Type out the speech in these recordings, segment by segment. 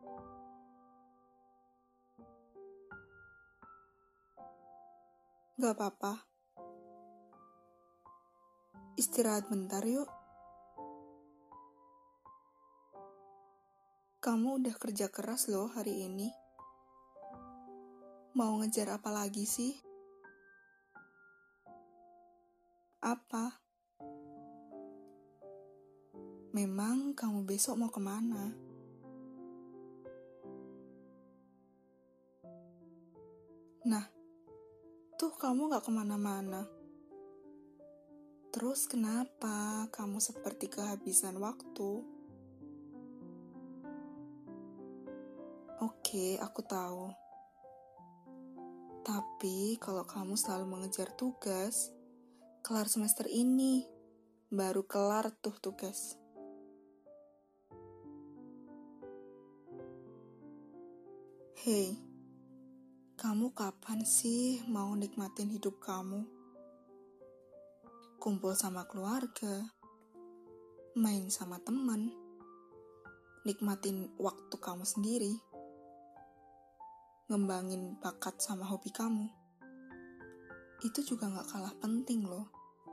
Gak apa-apa. Istirahat bentar yuk. Kamu udah kerja keras loh hari ini. Mau ngejar apa lagi sih? Apa? Memang kamu besok mau kemana? Nah, tuh kamu gak kemana-mana. Terus kenapa kamu seperti kehabisan waktu? Oke, aku tahu. Tapi kalau kamu selalu mengejar tugas, kelar semester ini, baru kelar tuh tugas. Hei, kamu kapan sih mau nikmatin hidup kamu? Kumpul sama keluarga, main sama teman, nikmatin waktu kamu sendiri, ngembangin bakat sama hobi kamu. Itu juga gak kalah penting loh.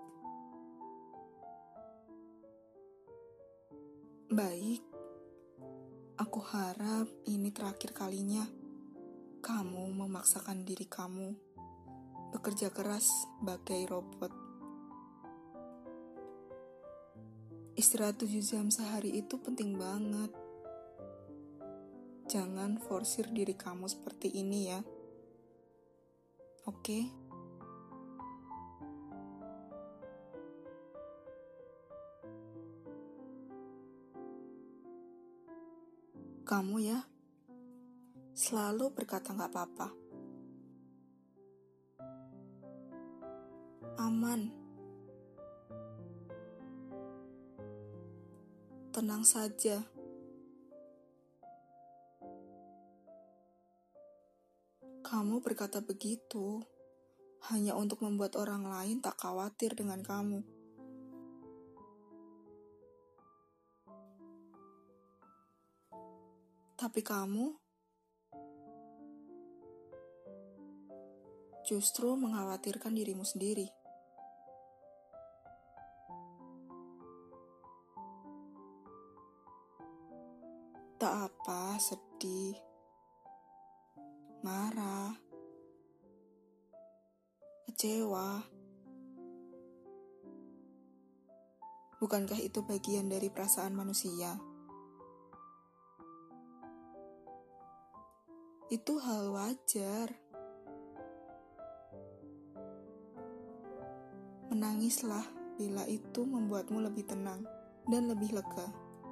Baik, aku harap ini terakhir kalinya kamu memaksakan diri kamu bekerja keras bagai robot. Istirahat 7 jam sehari itu penting banget. Jangan forsir diri kamu seperti ini ya. Oke? Kamu ya, selalu berkata gak apa-apa. Aman. Tenang saja. Kamu berkata begitu hanya untuk membuat orang lain tak khawatir dengan kamu. Tapi kamu justru mengkhawatirkan dirimu sendiri. Tak apa, sedih, marah, kecewa. Bukankah itu bagian dari perasaan manusia? Itu hal wajar. Menangislah bila itu membuatmu lebih tenang dan lebih lega.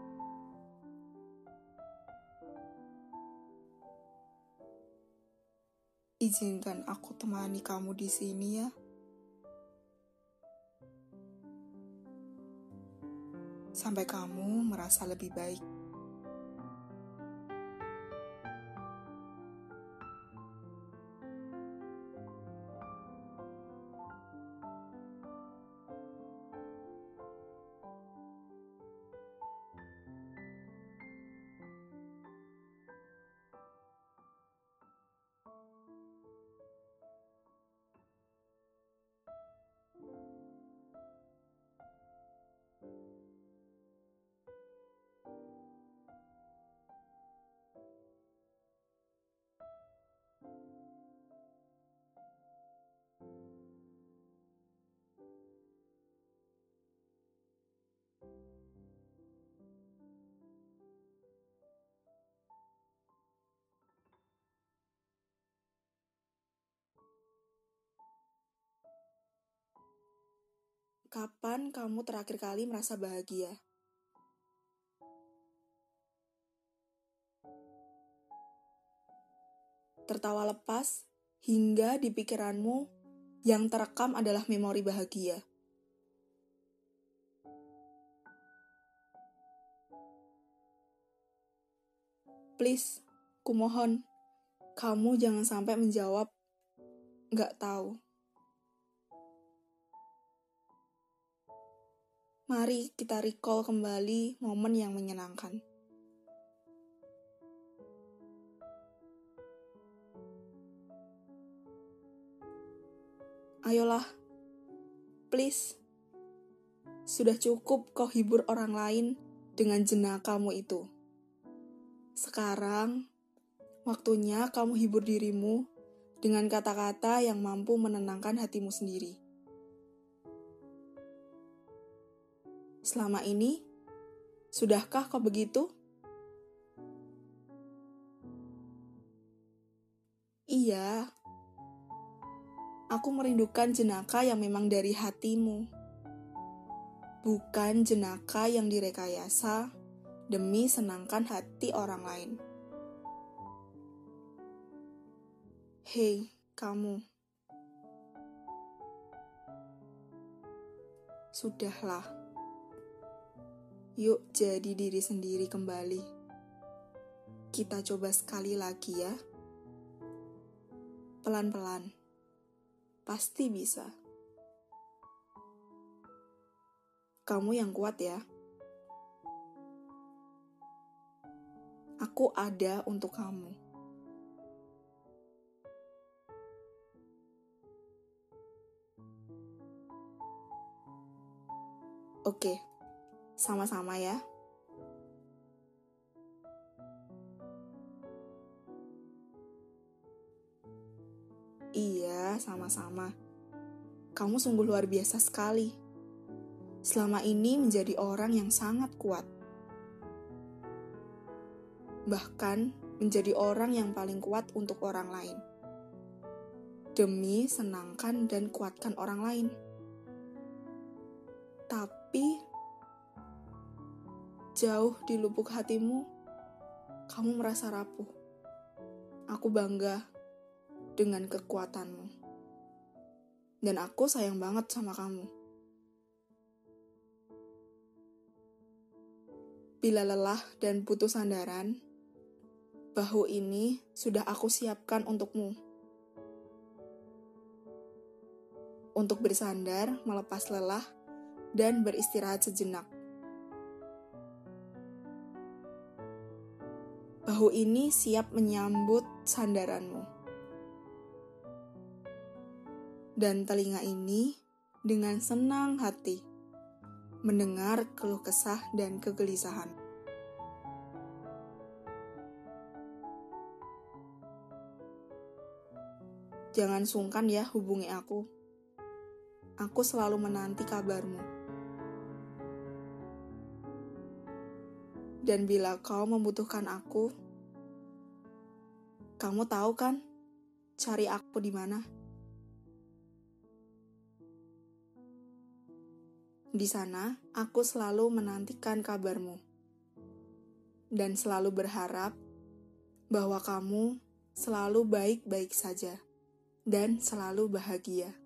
Izinkan aku temani kamu di sini ya. Sampai kamu merasa lebih baik. Kapan kamu terakhir kali merasa bahagia? Tertawa lepas hingga di pikiranmu yang terekam adalah memori bahagia. Please, kumohon, kamu jangan sampai menjawab "Nggak tahu". Mari kita recall kembali momen yang menyenangkan. Ayolah, please. Sudah cukup kau hibur orang lain dengan jenakamu itu. Sekarang, waktunya kamu hibur dirimu dengan kata-kata yang mampu menenangkan hatimu sendiri. Selama ini, sudahkah kau begitu? Iya, aku merindukan jenaka yang memang dari hatimu. Bukan jenaka yang direkayasa demi senangkan hati orang lain. Hei, kamu. Sudahlah. Yuk jadi diri sendiri kembali. Kita coba sekali lagi ya. Pelan-pelan. Pasti bisa. Kamu yang kuat ya. Aku ada untuk kamu. Oke, sama-sama ya. Iya, sama-sama. Kamu sungguh luar biasa sekali. Selama ini menjadi orang yang sangat kuat. Bahkan menjadi orang yang paling kuat untuk orang lain. Demi senangkan dan kuatkan orang lain. Tapi, jauh di lubuk hatimu, kamu merasa rapuh. Aku bangga dengan kekuatanmu. Dan aku sayang banget sama kamu. Bila lelah dan butuh sandaran, bahu ini sudah aku siapkan untukmu. Untuk bersandar, melepas lelah, dan beristirahat sejenak. Bahu ini siap menyambut sandaranmu. Dan telinga ini dengan senang hati mendengar keluh kesah dan kegelisahan. Jangan sungkan ya hubungi aku. Aku selalu menanti kabarmu. Dan bila kau membutuhkan aku, kamu tahu kan cari aku di mana? Di sana, aku selalu menantikan kabarmu. Dan selalu berharap bahwa kamu selalu baik-baik saja dan selalu bahagia.